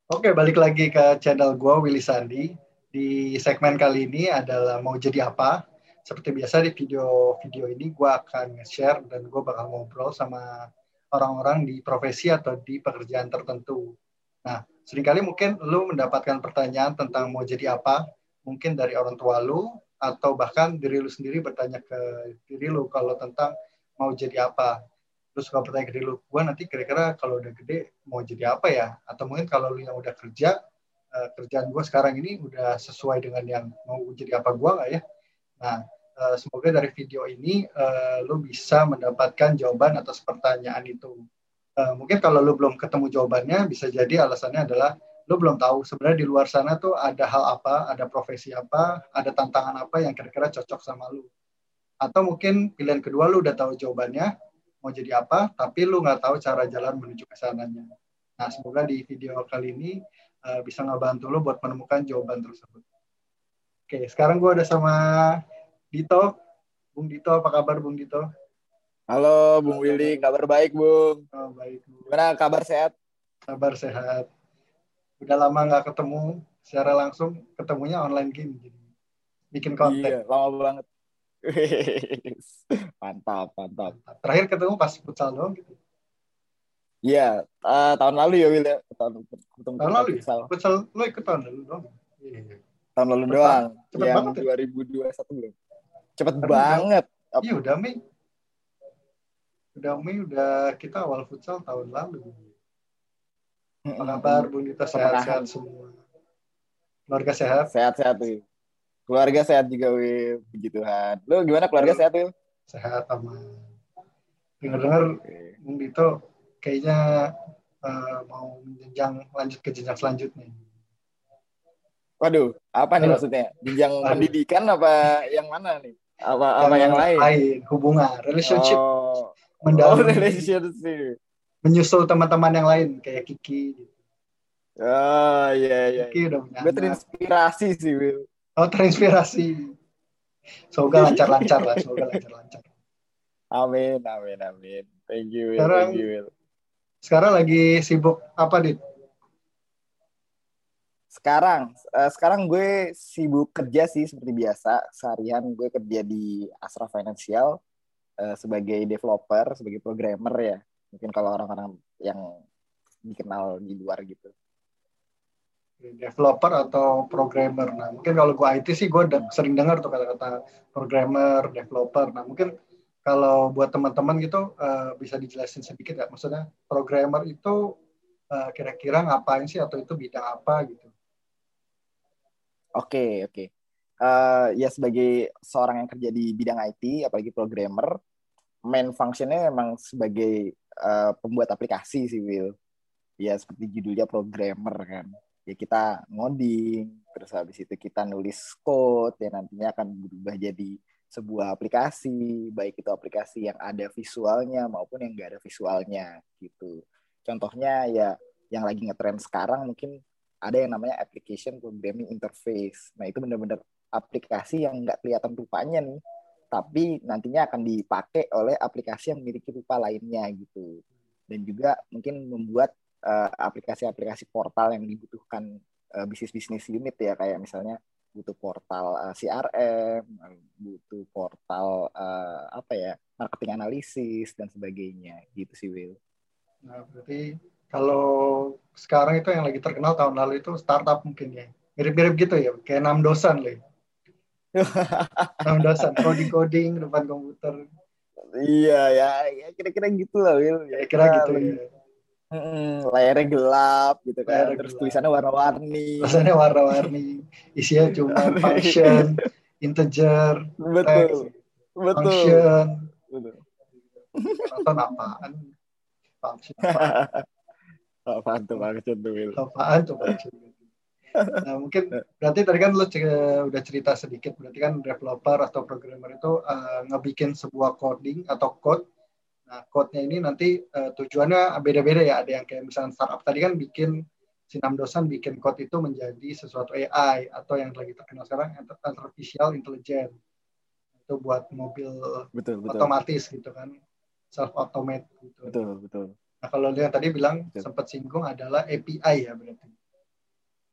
Oke, balik lagi ke channel gue, Willy Sandi. Di segmen kali ini adalah mau jadi apa. Seperti biasa di video-video ini gue akan nge-share dan gue bakal ngobrol sama orang-orang di profesi atau di pekerjaan tertentu. Nah, seringkali mungkin lu mendapatkan pertanyaan tentang mau jadi apa, mungkin dari orang tua lu, atau bahkan diri lu sendiri bertanya ke diri lu kalau tentang mau jadi apa. Terus kalau bertanya ke diri lu, gue nanti kira-kira kalau udah gede mau jadi apa ya? Atau mungkin kalau lu yang udah kerja, kerjaan gue sekarang ini udah sesuai dengan yang mau jadi apa gue nggak ya? Nah, semoga dari video ini lu bisa mendapatkan jawaban atas pertanyaan itu. Mungkin kalau lu belum ketemu jawabannya, bisa jadi alasannya adalah lu belum tahu sebenarnya di luar sana tuh ada hal apa, ada profesi apa, ada tantangan apa yang kira-kira cocok sama lu. Atau mungkin pilihan kedua lu udah tahu jawabannya, mau jadi apa, tapi lu nggak tahu cara jalan menuju ke sananya. Nah, semoga di video kali ini bisa ngebantu lu buat menemukan jawaban tersebut. Oke, sekarang gue ada sama Dito. Bung Dito, apa kabar Bung Dito? Halo Bung Willy, kabar baik Bung. Oh, baik. Gimana kabar sehat? Kabar sehat. Udah lama nggak ketemu secara langsung, ketemunya online game. Jadi bikin Iya, konten. lama banget. Mantap, mantap. Terakhir ketemu pas futsal doang gitu. Iya, tahun lalu ya Will ya, ketemu Tahun kita lalu ya? futsal. Futsal lo ikut tahun lalu doang. Iya. Tahun lalu Cepet banget, doang, cepet yang banget ya. 2021 belum. Cepet Tapi udah, banget. iya udah Mei kita awal futsal tahun lalu. Apa kabar Bung Dito, sehat-sehat Pertengahan. semua? Keluarga sehat? Sehat-sehat Will. Keluarga sehat juga Will, puji Tuhan. Lu gimana keluarga Dengar sehat Will? sehat sama. Dengar-dengar Oke. Bung Dito kayaknya mau lanjut ke jenjang selanjutnya. Waduh, apa nih Halo, maksudnya? Jenjang aduh, pendidikan apa yang mana nih? Apa yang yang lain? lain, hubungan, relationship, Oh, oh mendalami, relationship. menyusul teman-teman yang lain kayak Kiki. Gitu. Oh iya iya. Kiki udah punya Gue anak. terinspirasi sih Will. Oh, terinspirasi. Semoga lancar-lancar lah, semoga lancar-lancar. Amin amin amin. Thank you Will, thank you Sekarang Will. sekarang lagi sibuk apa, Dit? Sekarang gue sibuk kerja sih seperti biasa. Seharian gue kerja di Astra Financial sebagai developer, sebagai programmer ya. Mungkin kalau orang-orang yang dikenal di luar gitu. Developer atau programmer. Nah, mungkin kalau gue IT sih gue sering dengar tuh kata-kata programmer, developer. Nah, mungkin kalau buat teman-teman gitu bisa dijelasin sedikit ya. Maksudnya programmer itu kira-kira ngapain sih atau itu bidang apa gitu. Oke oke. Ya sebagai seorang yang kerja di bidang IT, apalagi programmer, main functionnya memang sebagai pembuat aplikasi sih Will. Ya seperti judulnya programmer kan. Ya kita ngoding, terus habis itu kita nulis code yang nantinya akan berubah jadi sebuah aplikasi, baik itu aplikasi yang ada visualnya maupun yang nggak ada visualnya gitu. Contohnya ya yang lagi ngetrend sekarang mungkin ada yang namanya application programming interface. Nah itu benar-benar aplikasi yang nggak kelihatan rupanya nih, tapi nantinya akan dipakai oleh aplikasi yang memiliki rupa lainnya gitu. Dan juga mungkin membuat aplikasi-aplikasi portal yang dibutuhkan bisnis-bisnis unit ya, kayak misalnya butuh portal CRM, butuh portal apa ya, marketing analisis dan sebagainya gitu sih Will. Nah, berarti kalau sekarang itu yang lagi terkenal tahun lalu itu startup mungkin ya. Mirip-mirip gitu ya, kayak 6 dosan loh. 6 dosan, coding-coding depan komputer. Iya ya, ya kira-kira gitu lah Will. Ya Kira-kira kita gitu lagi ya. layarnya gelap gitu kan, Layar terus gelap. tulisannya warna-warni. Rasanya warna-warni. Isinya cuma function, integer, text, Betul, betul, function. betul. Yang nonton apaan? Function apaan? Apaan tuh Bang Cun tuh Will? Apaan coba? Nah, mungkin berarti tadi kan lu udah cerita sedikit. Berarti kan developer atau programmer itu ngebikin sebuah coding atau code. Nah, code-nya ini nanti tujuannya beda-beda ya. Ada yang kayak misalnya startup tadi kan bikin si Namdosan bikin code itu menjadi sesuatu AI atau yang lagi terkenal sekarang artificial intelligence. Itu buat mobil Betul, betul, otomatis gitu kan. Self automate gitu. betul, betul, Nah, kalau dia tadi bilang betul. sempat singgung adalah API ya berarti.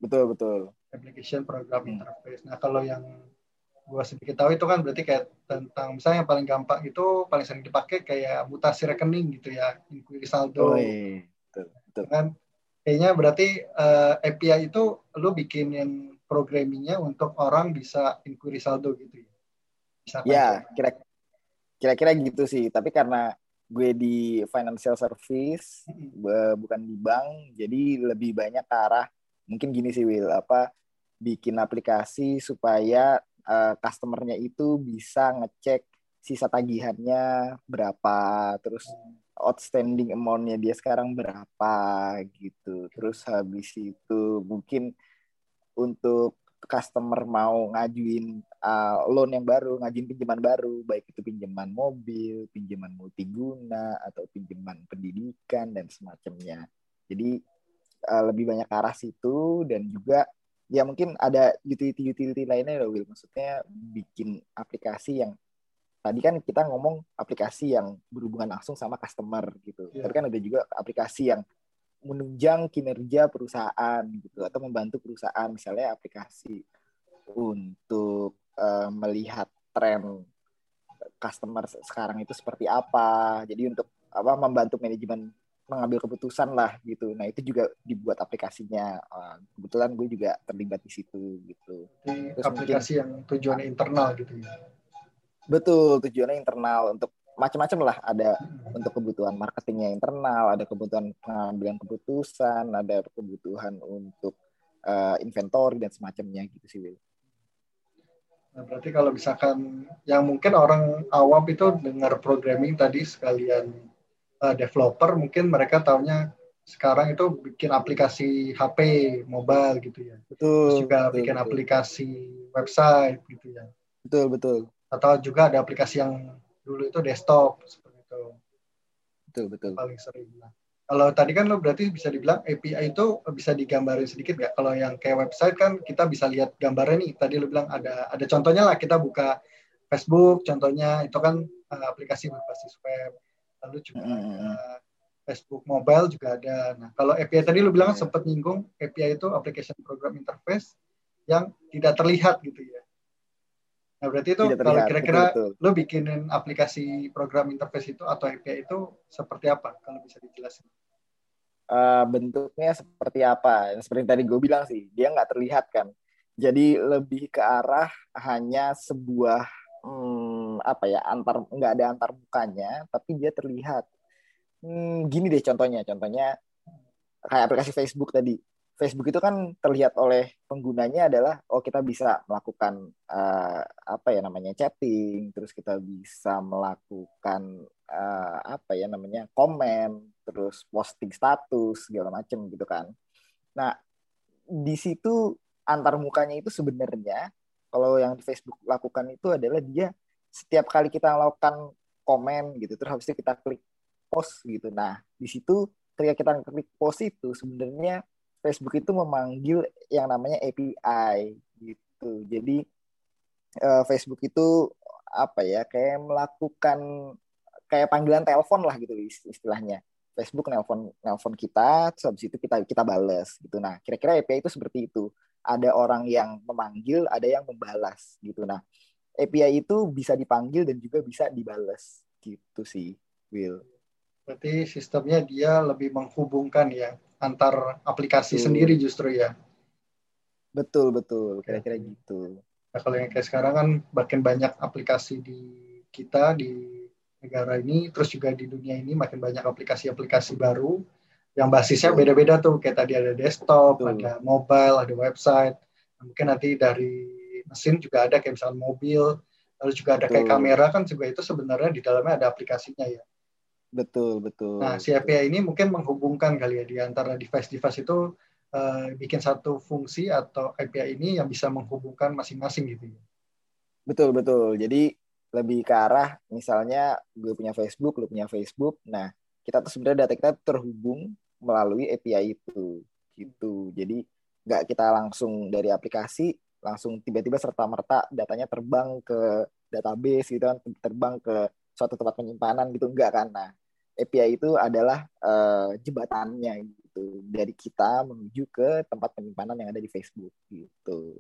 Betul, betul. Application program interface. Nah, kalau yang gue sedikit tahu itu kan berarti kayak tentang misalnya yang paling gampang itu paling sering dipakai kayak mutasi rekening gitu ya, inquiry Oh saldo. iya, betul, betul. Kan kayaknya berarti API itu lu bikinin programmingnya untuk orang bisa inquiry saldo gitu ya. Misalkan Ya, kayak kira-kira gitu sih. Tapi karena gue di financial service, bukan di bank, jadi lebih banyak ke arah mungkin gini sih Will, apa bikin aplikasi supaya customernya itu bisa ngecek sisa tagihannya berapa, terus outstanding amount-nya dia sekarang berapa gitu. Terus habis itu mungkin untuk customer mau ngajuin loan yang baru, ngajuin pinjaman baru, baik itu pinjaman mobil, pinjaman multiguna, atau pinjaman pendidikan dan semacamnya. Jadi lebih banyak ke arah situ, dan juga ya mungkin ada utility lainnya loh Will. Maksudnya bikin aplikasi yang tadi kan kita ngomong aplikasi yang berhubungan langsung sama customer gitu. Tapi ya, kan ada juga aplikasi yang menunjang kinerja perusahaan gitu, atau membantu perusahaan, misalnya aplikasi untuk melihat tren customer sekarang itu seperti apa. Jadi untuk apa, membantu manajemen mengambil keputusan lah gitu. Nah itu juga dibuat aplikasinya. Kebetulan gue juga terlibat di situ gitu. di Terus mungkin aplikasi yang tujuannya internal gitu ya. betul tujuannya internal untuk macam-macam lah. Ada untuk kebutuhan marketingnya internal, ada kebutuhan pengambilan keputusan, ada kebutuhan untuk inventory dan semacamnya gitu sih Will. Nah, berarti kalau misalkan yang mungkin orang awam itu dengar programming tadi sekalian developer, mungkin mereka taunya sekarang itu bikin aplikasi HP, mobile gitu ya. Terus Betul, juga betul, bikin betul. aplikasi website gitu ya. Betul, betul. Atau juga ada aplikasi yang dulu itu desktop seperti itu Betul, yang betul. paling sering. Nah, kalau tadi kan lo berarti bisa dibilang API itu bisa digambarin sedikit nggak? Kalau yang kayak website kan kita bisa lihat gambarnya nih. Tadi lo bilang ada contohnya lah, kita buka Facebook, contohnya itu kan aplikasi berbasis web. Lalu juga ada Mm-mm. Facebook mobile juga ada. Nah, kalau API tadi lo bilang Ya, sempat nyinggung API itu application program interface yang tidak terlihat gitu ya. Nah, berarti itu tidak kalau terlihat. kira-kira Betul, betul. lo bikinin aplikasi program interface itu atau API itu seperti apa? Kalau bisa dijelasin. Bentuknya seperti apa? Seperti yang tadi gue bilang sih, dia nggak terlihat kan. Jadi lebih ke arah hanya sebuah apa ya, nggak ada antar mukanya, tapi dia terlihat. Gini deh contohnya kayak aplikasi Facebook tadi. Facebook itu kan terlihat oleh penggunanya adalah, oh kita bisa melakukan apa ya namanya, chatting, terus kita bisa melakukan apa ya namanya, komen, terus posting status segala macem gitu kan. Nah di situ antar mukanya itu sebenarnya, kalau yang di Facebook lakukan itu adalah dia setiap kali kita melakukan komen gitu, terus habis itu kita klik post gitu. Nah, di situ ketika kita klik post itu sebenarnya Facebook itu memanggil yang namanya API gitu. Jadi Facebook itu apa ya, kayak melakukan kayak panggilan telepon lah gitu istilahnya. Facebook nelpon nelpon kita, terus habis itu kita balas gitu. Nah, kira-kira API itu seperti itu. Ada orang yang memanggil, ada yang membalas gitu. Nah, API itu bisa dipanggil dan juga bisa dibalas gitu sih, Will. Berarti sistemnya dia lebih menghubungkan ya antar aplikasi sendiri Betul, justru ya. betul, betul. Oke, Kira-kira oke. gitu. Nah, kalau yang kayak sekarang kan makin banyak aplikasi di kita di negara ini, terus juga di dunia ini makin banyak aplikasi-aplikasi baru yang basisnya Betul, beda-beda tuh. Kayak tadi ada desktop, betul, ada mobile, ada website. Nah, mungkin nanti dari mesin juga ada kayak misalnya mobil, lalu juga ada kayak betul, kamera kan juga itu sebenarnya di dalamnya ada aplikasinya ya. betul, Nah, betul, si betul. API ini mungkin menghubungkan kali ya di antara device-device itu bikin satu fungsi atau API ini yang bisa menghubungkan masing-masing gitu ya. Betul, betul. Jadi lebih ke arah misalnya gue punya Facebook, lu punya Facebook. Nah, kita tuh sebenarnya data kita terhubung melalui API itu gitu. Jadi nggak kita langsung dari aplikasi langsung tiba-tiba serta-merta datanya terbang ke database gitu kan, terbang ke suatu tempat penyimpanan gitu, enggak kan. Nah, API itu adalah jembatannya gitu dari kita menuju ke tempat penyimpanan yang ada di Facebook gitu.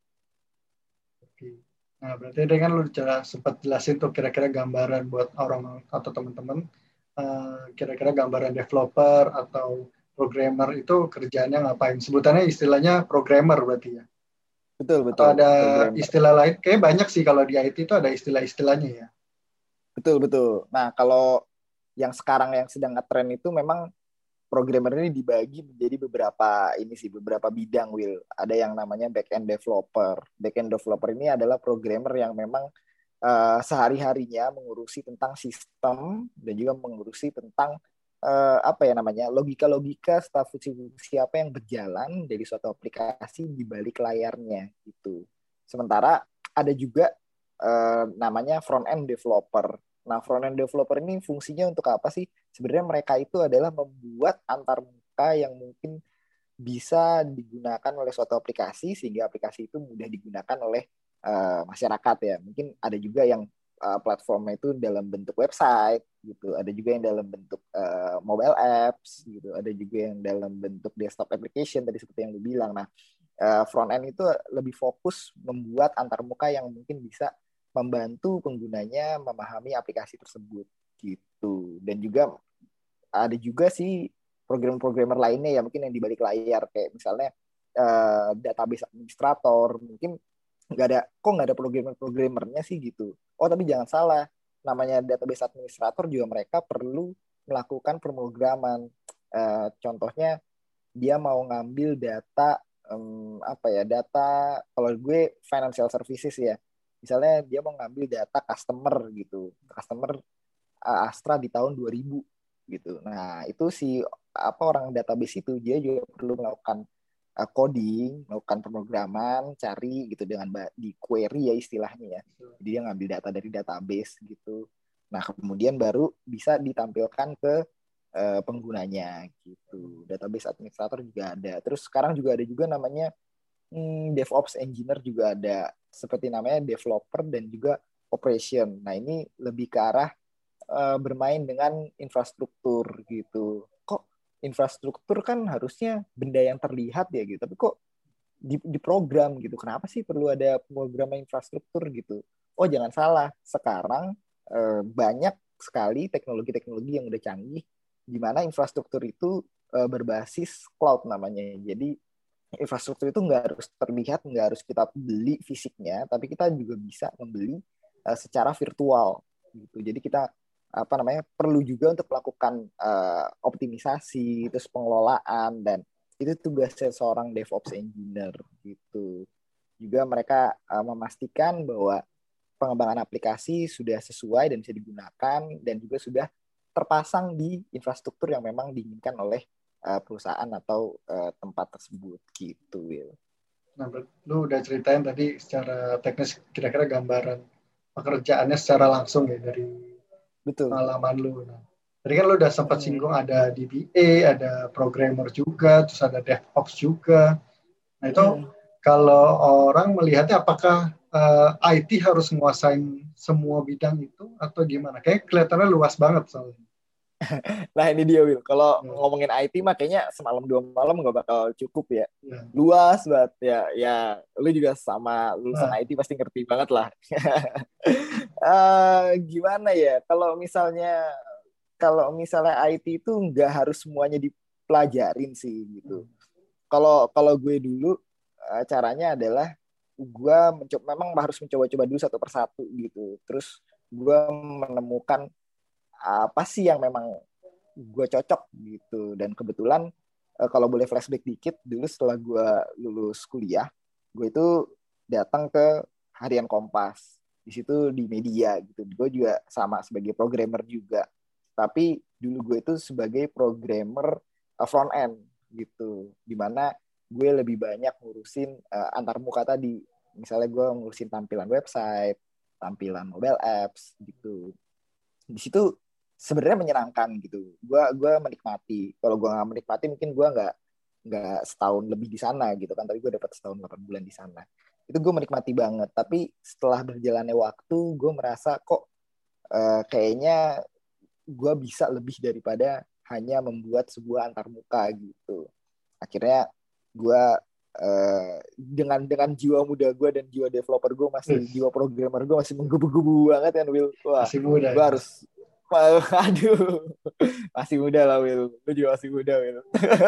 Oke. Nah, berarti tadi kan lu sempat jelasin tuh kira-kira gambaran buat orang atau teman-teman, kira-kira gambaran developer atau programmer itu kerjaannya ngapain? Sebutannya istilahnya programmer berarti ya? Betul Atau betul ada programmer. istilah lain? Kayak banyak sih kalau di IT itu ada istilah-istilahnya ya. Betul betul. Nah, kalau yang sekarang yang sedang ngetren itu memang programmer ini dibagi menjadi beberapa bidang, Will. Ada yang namanya back-end developer. Back-end developer ini adalah programmer yang memang sehari-harinya mengurusi tentang sistem dan juga mengurusi tentang apa ya namanya, logika-logika staf fungsi apa yang berjalan dari suatu aplikasi di balik layarnya gitu. Sementara ada juga namanya front-end developer. Nah, front-end developer ini fungsinya untuk apa sih? Sebenarnya mereka itu adalah membuat antarmuka yang mungkin bisa digunakan oleh suatu aplikasi sehingga aplikasi itu mudah digunakan oleh masyarakat ya. Mungkin ada juga yang platformnya itu dalam bentuk website gitu, ada juga yang dalam bentuk mobile apps gitu, ada juga yang dalam bentuk desktop application tadi seperti yang lu bilang. Nah, front end itu lebih fokus membuat antarmuka yang mungkin bisa membantu penggunanya memahami aplikasi tersebut gitu. Dan juga ada juga sih program-programmer lainnya ya mungkin yang di balik layar kayak misalnya database administrator, mungkin nggak ada programmernya sih gitu. Oh tapi jangan salah, namanya database administrator juga mereka perlu melakukan pemrograman. Contohnya dia mau ngambil data apa ya, data kalau gue financial services ya, misalnya dia mau ngambil data customer gitu, customer Astra di tahun 2000 gitu. Nah, itu si apa orang database itu dia juga perlu melakukan coding, melakukan pemrograman, cari gitu dengan di query ya istilahnya ya. Jadi dia ngambil data dari database gitu. Nah, kemudian baru bisa ditampilkan ke penggunanya gitu. Database administrator juga ada. Terus sekarang juga ada juga namanya DevOps engineer juga ada. Seperti namanya developer dan juga operation. Nah, ini lebih ke arah bermain dengan infrastruktur gitu. Kok infrastruktur kan harusnya benda yang terlihat ya gitu, tapi kok di program gitu. Kenapa sih perlu ada pemrograman infrastruktur gitu? Oh jangan salah, sekarang banyak sekali teknologi-teknologi yang udah canggih, di mana infrastruktur itu berbasis cloud namanya. Jadi infrastruktur itu nggak harus terlihat, nggak harus kita beli fisiknya, tapi kita juga bisa membeli secara virtual gitu. Jadi kita apa namanya perlu juga untuk melakukan optimisasi, terus pengelolaan dan itu tugasnya seorang DevOps engineer gitu. Juga mereka memastikan bahwa pengembangan aplikasi sudah sesuai dan bisa digunakan dan juga sudah terpasang di infrastruktur yang memang diinginkan oleh perusahaan atau tempat tersebut gitu, Will. Nah, lu udah ceritain tadi secara teknis kira-kira gambaran pekerjaannya secara langsung ya dari Betul. pengalaman lu. Nah, tadi kan lu udah sempat singgung ada DBA, ada programmer juga, terus ada DevOps juga. Nah itu kalau orang melihatnya apakah IT harus menguasain semua bidang itu atau gimana? Kayak kelihatannya luas banget soalnya. Nah ini dia Will, kalau Ya, ngomongin IT mah kayaknya semalam 2 malam nggak bakal cukup ya. ya. Luas banget ya, ya lu juga sama lulusan Nah, IT pasti ngerti banget lah. Gimana ya, kalau misalnya IT itu nggak harus semuanya dipelajarin sih gitu. Kalau kalau gue dulu caranya adalah gue memang harus mencoba-coba dulu satu persatu gitu. Terus gue menemukan apa sih yang memang gue cocok gitu. Dan kebetulan kalau boleh flashback dikit, dulu setelah gue lulus kuliah, gue itu datang ke Harian Kompas. Di situ di media gitu. Gue juga sama sebagai programmer juga. Tapi dulu gue itu sebagai programmer front end gitu. Dimana gue lebih banyak ngurusin antar muka tadi. Misalnya gue ngurusin tampilan website, tampilan mobile apps gitu. Di situ sebenarnya menyenangkan gitu. Gua menikmati. Kalau gua nggak menikmati mungkin gua nggak setahun lebih di sana gitu kan. Tapi gue dapat setahun 8 bulan di sana. Itu gue menikmati banget. Tapi setelah berjalannya waktu, gue merasa kok kayaknya gue bisa lebih daripada hanya membuat sebuah antarmuka gitu. Akhirnya gue dengan jiwa muda gue dan jiwa developer gue masih, jiwa programmer gue masih menggebu-gebu banget kan Will. Wah, masih muda gue harus, aduh, masih muda lah Will, lu juga masih muda Will.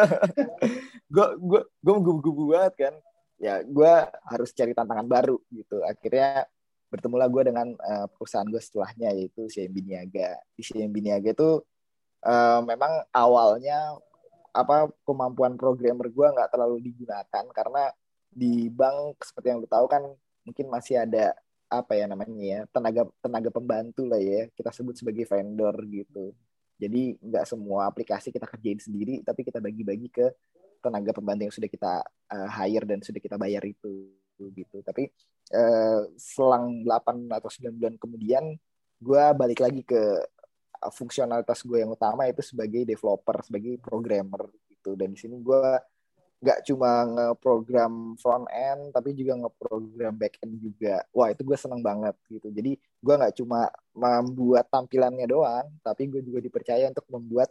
gue menggebu-gebu banget kan, ya gue harus cari tantangan baru gitu. Akhirnya bertemulah gue dengan perusahaan gue setelahnya, yaitu CMB Niaga. Di CMB Niaga itu memang awalnya kemampuan programmer gue nggak terlalu digunakan, karena di bank seperti yang lu tahu kan mungkin masih ada tenaga pembantu lah ya, kita sebut sebagai vendor gitu. Jadi nggak semua aplikasi kita kerjain sendiri, tapi kita bagi-bagi ke tenaga pembantu yang sudah kita hire dan sudah kita bayar itu gitu. Tapi selang 8 atau 9 bulan kemudian gue balik lagi ke fungsionalitas gue yang utama, itu sebagai developer, sebagai programmer gitu. Dan di sini gue nggak cuma ngeprogram front end, tapi juga ngeprogram back end juga. Wah, itu gue seneng banget gitu. Jadi gue nggak cuma membuat tampilannya doang, tapi gue juga dipercaya untuk membuat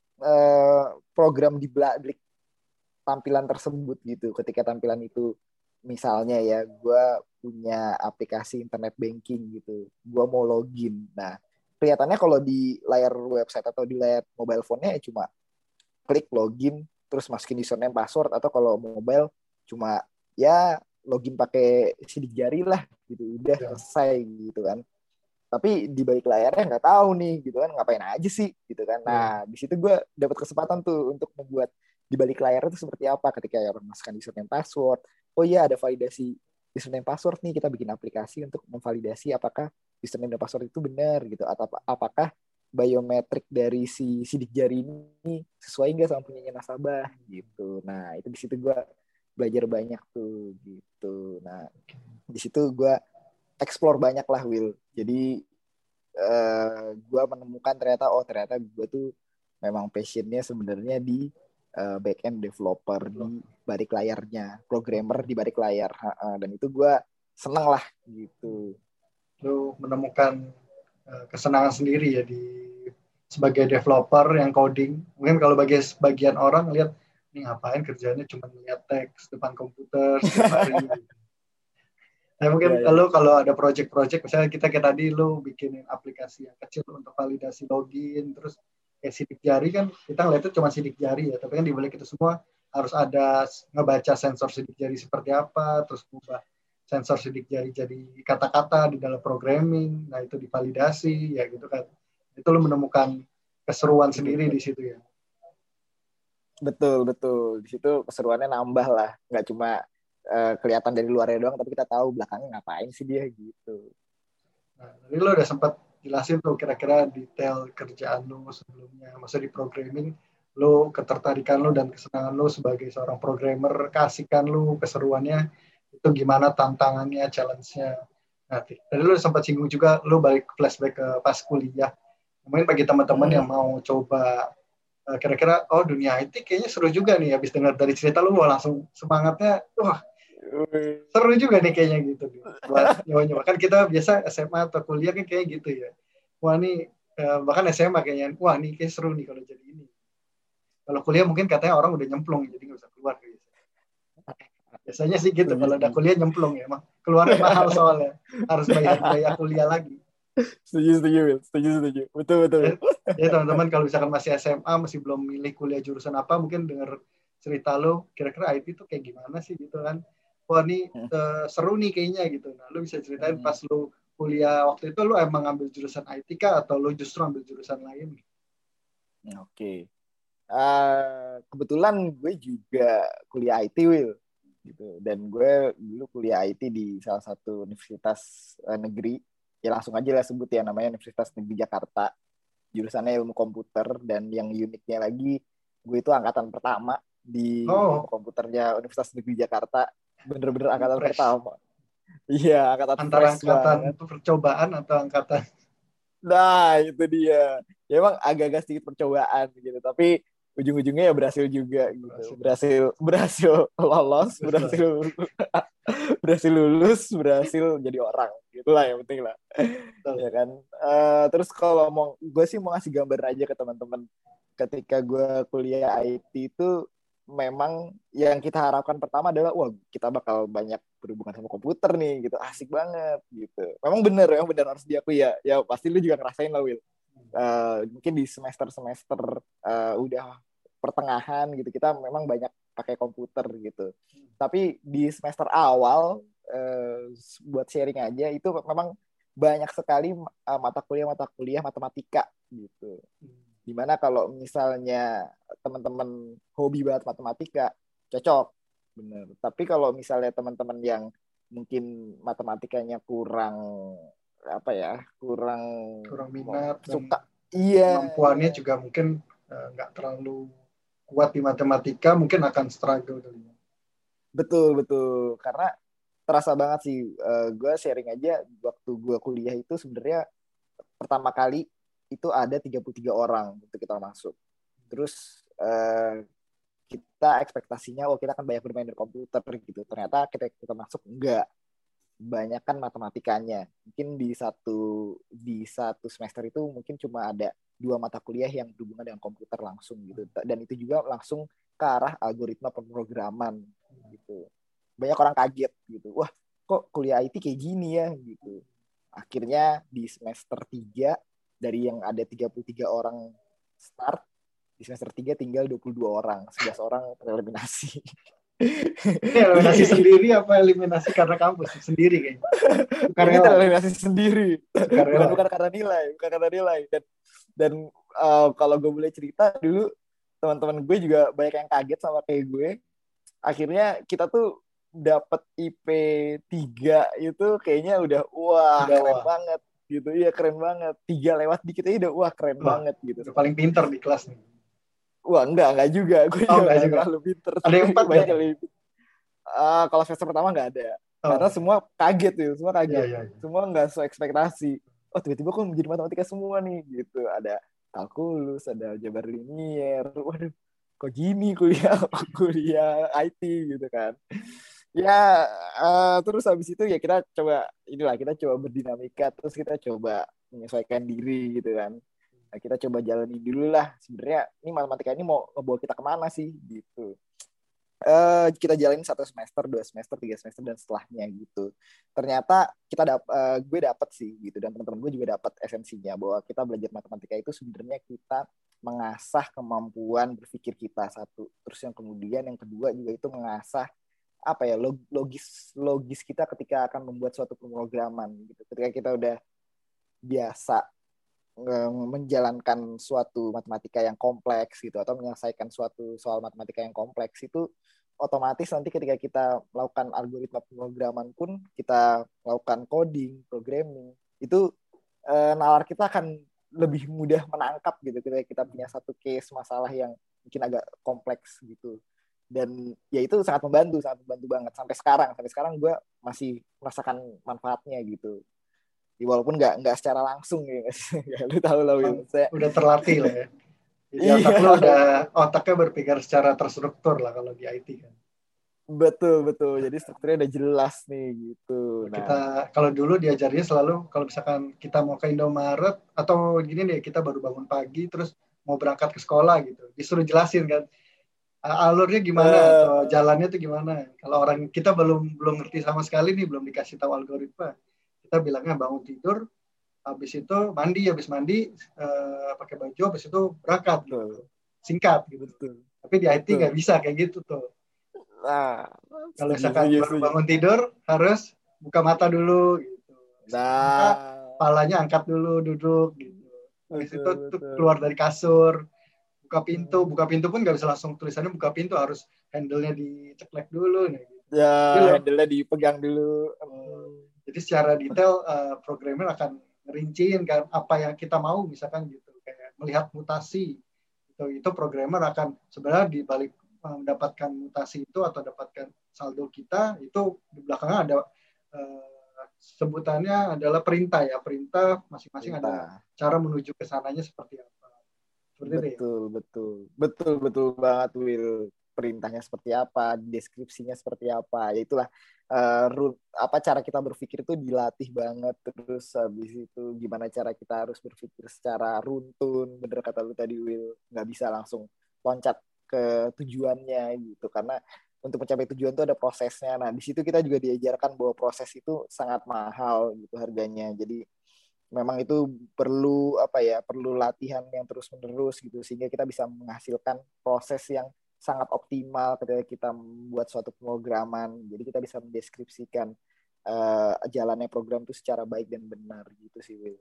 program di balik tampilan tersebut gitu. Ketika tampilan itu, misalnya ya, gue punya aplikasi internet banking gitu, gue mau login. Nah, kelihatannya kalau di layar website atau di layar mobile phone-nya cuma klik login, terus masukin username password, atau kalau mobile cuma ya login pakai sidik jari lah gitu, udah selesai gitu kan. Tapi di balik layarnya nggak tahu nih gitu kan, ngapain aja sih gitu kan. Nah, di situ gue dapat kesempatan tuh untuk membuat di balik layar itu seperti apa ketika ya memasukkan username password. Oh iya, ada validasi username password nih, kita bikin aplikasi untuk memvalidasi apakah username dan password itu benar gitu, atau apakah biometrik dari si sidik jari ini sesuai nggak sama punyanya nasabah gitu. Nah, itu di situ gue belajar banyak tuh gitu. Nah, di situ gue explore banyak lah Will. Jadi gue menemukan ternyata gue tuh memang passionnya sebenarnya di back end developer, di balik layarnya, programmer di balik layar. Dan itu gue seneng lah gitu. Lu menemukan kesenangan sendiri ya sebagai developer yang coding. Mungkin kalau bagi sebagian orang lihat ini ngapain kerjanya cuma lihat teks depan komputer setiap hari. Nah, mungkin lu kalau ada project-project, misalnya kita kayak tadi lu bikinin aplikasi yang kecil untuk validasi login, terus kayak sidik jari kan, kita ngeliatnya cuma sidik jari ya, tapi kan dibalik itu semua harus ada ngebaca sensor sidik jari seperti apa, terus ubah sensor sidik jari jadi kata-kata di dalam programming, nah itu divalidasi ya gitu kan. Itu lu menemukan keseruan sendiri di situ ya. Betul. Di situ keseruannya nambah lah, nggak cuma kelihatan dari luarnya doang, tapi kita tahu belakangnya ngapain sih dia gitu. Nah, jadi lo udah sempat jelasin tuh kira-kira detail kerjaan lo sebelumnya, maksudnya di programming, lo ketertarikan lo dan kesenangan lo sebagai seorang programmer, keasikan lo, keseruannya, itu gimana tantangannya, challenge-nya. Nah, tadi lo sempat singgung juga, lo balik flashback ke pas kuliah. Mungkin bagi teman-teman yang mau coba kira-kira, oh dunia IT kayaknya seru juga nih, habis dengar dari cerita lo, langsung semangatnya, wah, seru juga nih kayaknya gitu buat nyoba-nyoba. Kan kita biasa SMA atau kuliah kan kayak gitu ya, wah nih bahkan SMA kayaknya, wah nih kayak seru nih kalau jadi ini. Kalau kuliah mungkin katanya orang udah nyemplung jadi nggak usah keluar gitu. Biasanya sih gitu, kalau udah kuliah nyemplung ya, emang keluarnya mahal soalnya, harus bayar kuliah lagi. Setuju. Betul. Ya teman-teman, kalau misalkan masih SMA, masih belum milih kuliah jurusan apa, mungkin denger cerita lo, kira-kira IT itu kayak gimana sih gitu kan. Wah ini seru nih kayaknya gitu. Nah, lu bisa ceritain pas lu kuliah waktu itu, lu emang ngambil jurusan IT kah atau lu justru ambil jurusan lain? Oke. Kebetulan gue juga kuliah IT, Will. Gitu. Dan gue dulu kuliah IT di salah satu universitas negeri. Ya langsung aja lah sebut ya, namanya Universitas Negeri Jakarta. Jurusannya ilmu komputer, dan yang uniknya lagi, gue itu angkatan pertama di ilmu komputernya Universitas Negeri Jakarta. Bener-bener angkatan pertama. Iya, angkatan antara angkatan banget. Percobaan atau angkatan. Nah, itu dia. Ya emang agak-agak sedikit percobaan gitu, tapi ujung-ujungnya ya berhasil juga gitu. Berhasil lolos, berhasil lulus, berhasil jadi orang. Gitulah yang penting lah. Ya kan. Terus kalau gue sih mau ngasih gambar aja ke teman-teman. Ketika gue kuliah IT itu memang yang kita harapkan pertama adalah wah kita bakal banyak berhubungan sama komputer nih gitu, asik banget gitu. Memang benar harus diakui ya. Ya pasti lu juga ngerasain lah Will. Mungkin di semester udah pertengahan gitu kita memang banyak pakai komputer gitu. Tapi di semester awal buat sharing aja itu memang banyak sekali mata kuliah matematika gitu. Dimana kalau misalnya teman-teman hobi banget matematika cocok bener. Tapi kalau misalnya teman-teman yang mungkin matematikanya kurang minat, suka, kemampuannya juga mungkin nggak terlalu kuat di matematika, mungkin akan struggle kali ya. Betul karena terasa banget sih, gue sharing aja waktu gue kuliah itu sebenarnya pertama kali itu ada 33 orang untuk kita masuk. Terus kita ekspektasinya kita akan banyak bermain di komputer gitu. Ternyata kita masuk enggak, banyak kan matematikanya. Mungkin di satu semester itu mungkin cuma ada 2 mata kuliah yang berhubungan dengan komputer langsung gitu. Dan itu juga langsung ke arah algoritma pemrograman gitu. Banyak orang kaget gitu. Wah, kok kuliah IT kayak gini ya gitu. Akhirnya di semester 3 dari yang ada 33 orang start, di semester 3 tinggal 22 orang, 11 orang tereliminasi. Ini eliminasi sendiri apa eliminasi karena kampus sendiri kayaknya? Ini tereliminasi sendiri. Bukan karena nilai. Dan kalau gue boleh cerita dulu, teman-teman gue juga banyak yang kaget sama kayak gue. Akhirnya kita tuh dapat IP 3 itu kayaknya udah keren banget gitu. Iya keren banget. 3 lewat dikit aja udah keren banget gitu. Udah paling pintar di kelas nih. Enggak juga. Gue juga terlalu pintar. Ada yang 4 banyak kali. Kalau semester pertama nggak ada. Karena semua kaget tuh, semua kaget. Iya. Semua nggak sesuai ekspektasi. Tiba-tiba kok menjadi matematika semua nih gitu. Ada kalkulus, ada aljabar linier. Waduh, kok gini kuliah IT gitu kan. Ya, terus habis itu ya kita coba berdinamika, terus kita coba menyesuaikan diri gitu kan. Nah, kita coba jalani dulu lah. Sebenarnya ini matematika ini mau ngebawa kita kemana sih gitu. Kita jalanin 1 semester, 2 semester, 3 semester dan setelahnya gitu. Ternyata gue dapet sih gitu, dan teman-teman gue juga dapat esensinya bahwa kita belajar matematika itu sebenarnya kita mengasah kemampuan berpikir kita satu. Terus yang kedua juga itu mengasah logis kita ketika akan membuat suatu pemrograman gitu. Ketika kita udah biasa menjalankan suatu matematika yang kompleks gitu atau menyelesaikan suatu soal matematika yang kompleks itu otomatis nanti ketika kita melakukan algoritma pemrograman pun kita melakukan coding, programming itu nalar kita akan lebih mudah menangkap gitu ketika kita punya satu case masalah yang mungkin agak kompleks gitu. Dan ya itu sangat membantu banget sampai sekarang gue masih merasakan manfaatnya gitu. Walaupun nggak secara langsung ya, lu tahu lah Will. Udah terlatih lah ya. Jadi otak lu otaknya berpikir secara terstruktur lah kalau di IT kan. Betul. Jadi strukturnya udah jelas nih gitu. Kita kalau dulu diajarnya selalu kalau misalkan kita mau ke Indomaret atau gini nih, kita baru bangun pagi terus mau berangkat ke sekolah gitu, disuruh jelasin kan alurnya gimana atau jalannya tuh gimana. Kalau orang kita belum ngerti sama sekali nih, belum dikasih tahu algoritma, kita bilangnya bangun tidur, habis itu mandi pakai baju, habis itu berangkat gitu. Singkat gitu. Betul. Tapi di IT nggak bisa kayak gitu tuh. Nah, kalau misalkan baru bangun tidur harus buka mata dulu gitu. Kepalanya angkat dulu, duduk gitu. Habis itu tuh keluar dari kasur, buka pintu pun nggak bisa langsung tulisannya buka pintu, harus handle-nya diceklek dulu nih. Gitu. Ya, handle-nya dipegang dulu. Jadi secara detail programmer akan ngerinciin kan apa yang kita mau, misalkan gitu, kayak melihat mutasi itu programmer akan sebenarnya di balik mendapatkan mutasi itu atau dapatkan saldo kita itu di belakangnya ada sebutannya adalah perintah masing-masing ada cara menuju ke sananya seperti apa. Seperti itu ya. Betul banget, Will. Perintahnya seperti apa, deskripsinya seperti apa, ya itulah apa cara kita berpikir itu dilatih banget. Terus habis itu gimana cara kita harus berpikir secara runtun, bener kata lu tadi, Will, nggak bisa langsung loncat ke tujuannya gitu, karena untuk mencapai tujuan itu ada prosesnya. Nah di situ kita juga diajarkan bahwa proses itu sangat mahal gitu harganya. Jadi memang itu perlu apa ya, perlu latihan yang terus menerus gitu, sehingga kita bisa menghasilkan proses yang sangat optimal ketika kita membuat suatu pemrograman. Jadi kita bisa mendeskripsikan jalannya program itu secara baik dan benar gitu sih, Will.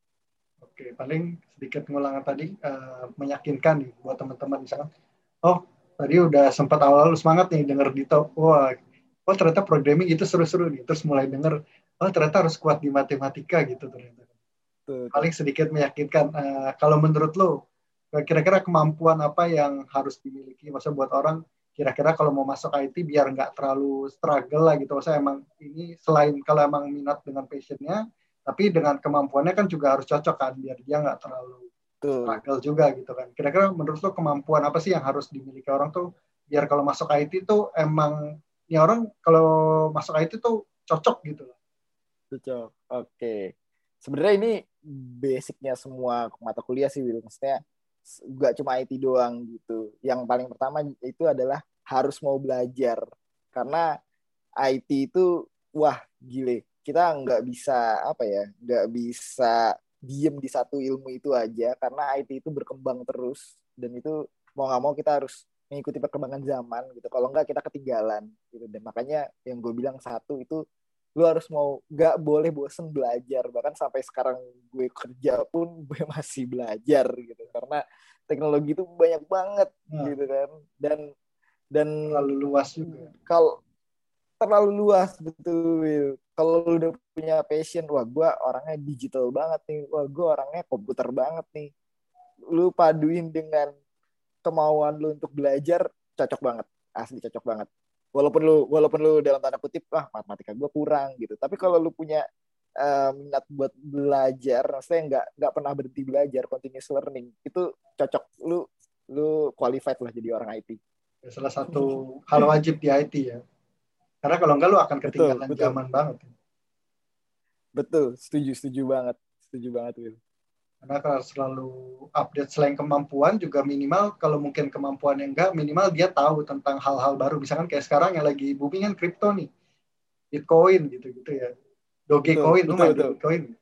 Oke, paling sedikit ngulangan tadi, meyakinkan nih buat teman-teman misalkan, oh tadi udah sempat awal-awal semangat nih denger Dito, wah, oh ternyata programming itu seru-seru nih, terus mulai denger, oh ternyata harus kuat di matematika gitu ternyata. Paling sedikit meyakinkan. Kalau menurut lo, kira-kira kemampuan apa yang harus dimiliki? Maksudnya buat orang, kira-kira kalau mau masuk IT biar nggak terlalu struggle lah gitu. Maksudnya emang ini selain kalau emang minat dengan passionnya, tapi dengan kemampuannya kan juga harus cocok kan, biar dia nggak terlalu struggle juga gitu kan. Kira-kira menurut lo kemampuan apa sih yang harus dimiliki orang tuh, biar kalau masuk IT tuh emang, ya orang kalau masuk IT tuh cocok gitu loh. Cocok, oke. Sebenarnya ini basicnya semua mata kuliah sih, Will. Maksudnya nggak cuma IT doang gitu. Yang paling pertama itu adalah harus mau belajar. Karena IT itu, wah gile. Kita nggak bisa, apa ya, nggak bisa diem di satu ilmu itu aja. Karena IT itu berkembang terus. Dan itu mau nggak mau kita harus mengikuti perkembangan zaman gitu. Kalau nggak kita ketinggalan gitu. Dan makanya yang gue bilang satu itu, lu harus mau, gak boleh bosen belajar. Bahkan sampai sekarang gue kerja pun gue masih belajar gitu, karena teknologi itu banyak banget gitu kan, dan Terlalu luas juga. kalau terlalu luas, betul. Kalau lu udah punya passion, wah gue orangnya digital banget nih, wah gue orangnya komputer banget nih, lu paduin dengan kemauan lu untuk belajar, cocok banget, asli cocok banget. Walaupun lu dalam tanda kutip, matematika gue kurang gitu, tapi kalau lu punya minat buat belajar, maksudnya nggak pernah berhenti belajar, continuous learning, itu cocok, lu qualified lah jadi orang IT. Salah satu hal wajib di IT ya, karena kalau enggak lu akan ketinggalan Betul. zaman banget. Betul, setuju banget Will. Karena kalau selalu update, selain kemampuan juga minimal, kalau mungkin kemampuan yang enggak, minimal dia tahu tentang hal-hal baru. Misalkan kayak sekarang yang lagi booming kan kripto nih, Bitcoin gitu-gitu ya. Dogecoin, lu main Dogecoin?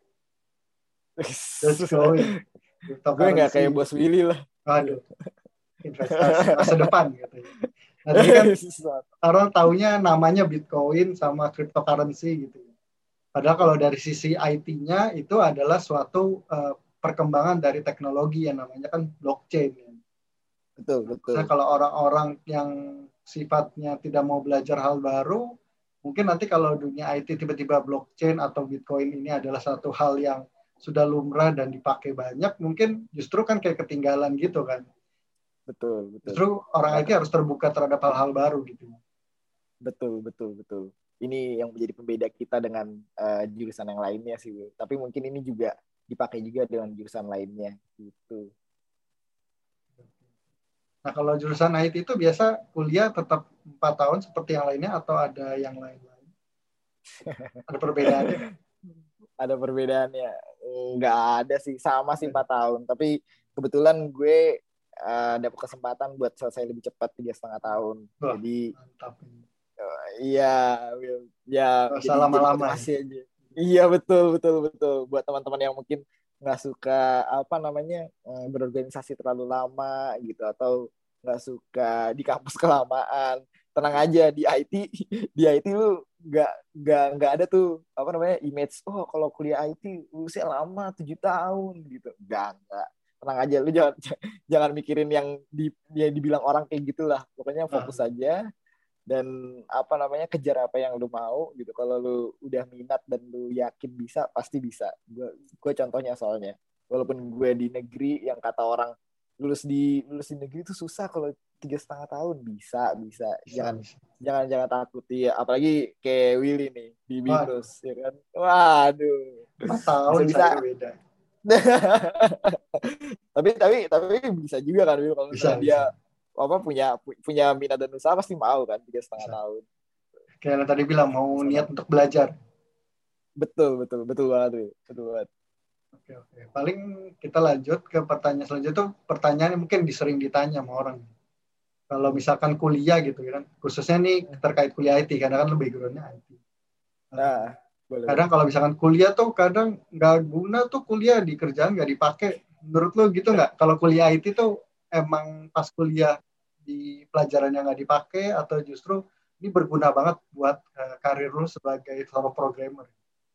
Dogecoin. Gue nggak kayak Bos Willy lah. Aduh, investasi masa depan gitu ya. Nah, tadi kan orang taunya namanya Bitcoin sama cryptocurrency gitu. Padahal kalau dari sisi IT-nya itu adalah suatu perkembangan dari teknologi yang namanya kan blockchain. Betul. Nah, kalau orang-orang yang sifatnya tidak mau belajar hal baru, mungkin nanti kalau dunia IT tiba-tiba blockchain atau Bitcoin ini adalah satu hal yang sudah lumrah dan dipakai banyak, mungkin justru kan kayak ketinggalan gitu kan. Betul. Justru orang IT harus terbuka terhadap hal-hal baru gitu. Betul. Ini yang menjadi pembeda kita dengan jurusan yang lainnya sih, Will. Tapi mungkin ini juga dipakai juga dengan jurusan lainnya gitu. Nah, kalau jurusan IT itu biasa kuliah tetap 4 tahun seperti yang lainnya atau ada yang lain-lain? Ada perbedaannya? Ada perbedaannya? Nggak ada sih, sama sih 4 tahun. Tapi kebetulan gue dapat kesempatan buat selesai lebih cepat 3,5 tahun. Wah, jadi mantap. Iya, ya. Jadi lama-lama motivasi aja. Iya, betul. Buat teman-teman yang mungkin nggak suka berorganisasi terlalu lama gitu, atau nggak suka di kampus kelamaan, tenang aja, di IT lu nggak ada tuh image, kalau kuliah IT lulusnya lama 7 tahun gitu, nggak, tenang aja, lu jangan mikirin yang dibilang orang kayak gitulah. Pokoknya fokus aja dan kejar apa yang lu mau gitu. Kalau lu udah minat dan lu yakin bisa, pasti bisa. Gue contohnya, soalnya walaupun gue di negeri, yang kata orang lulus di negeri itu susah, kalau 3,5 tahun bisa. Jangan takut ya, apalagi kayak Willy nih di Binus, ya kan. Waduh, 4 tahun bisa beda. Tapi bisa juga kan Will, kalau Bisa, misalnya dia bisa, punya minat dan usaha pasti mau kan 3,5 bisa. tahun. Kayak yang tadi bilang mau Bisa niat banget. untuk belajar. Betul banget Will. Betul banget. Oke, oke. Paling kita lanjut ke pertanyaan selanjutnya tuh pertanyaan yang mungkin sering ditanya sama orang. Kalau misalkan kuliah gitu kan, khususnya nih terkait kuliah IT, karena kan lebih backgroundnya IT. Eh, Nah, boleh Kadang boleh. kalau misalkan kuliah tuh kadang nggak guna tuh kuliah di kerjaan nggak dipakai. Menurut lo gitu nggak? Kalau kuliah IT tuh emang pas kuliah di pelajaran yang nggak dipakai atau justru ini berguna banget buat karir lo sebagai seorang programmer?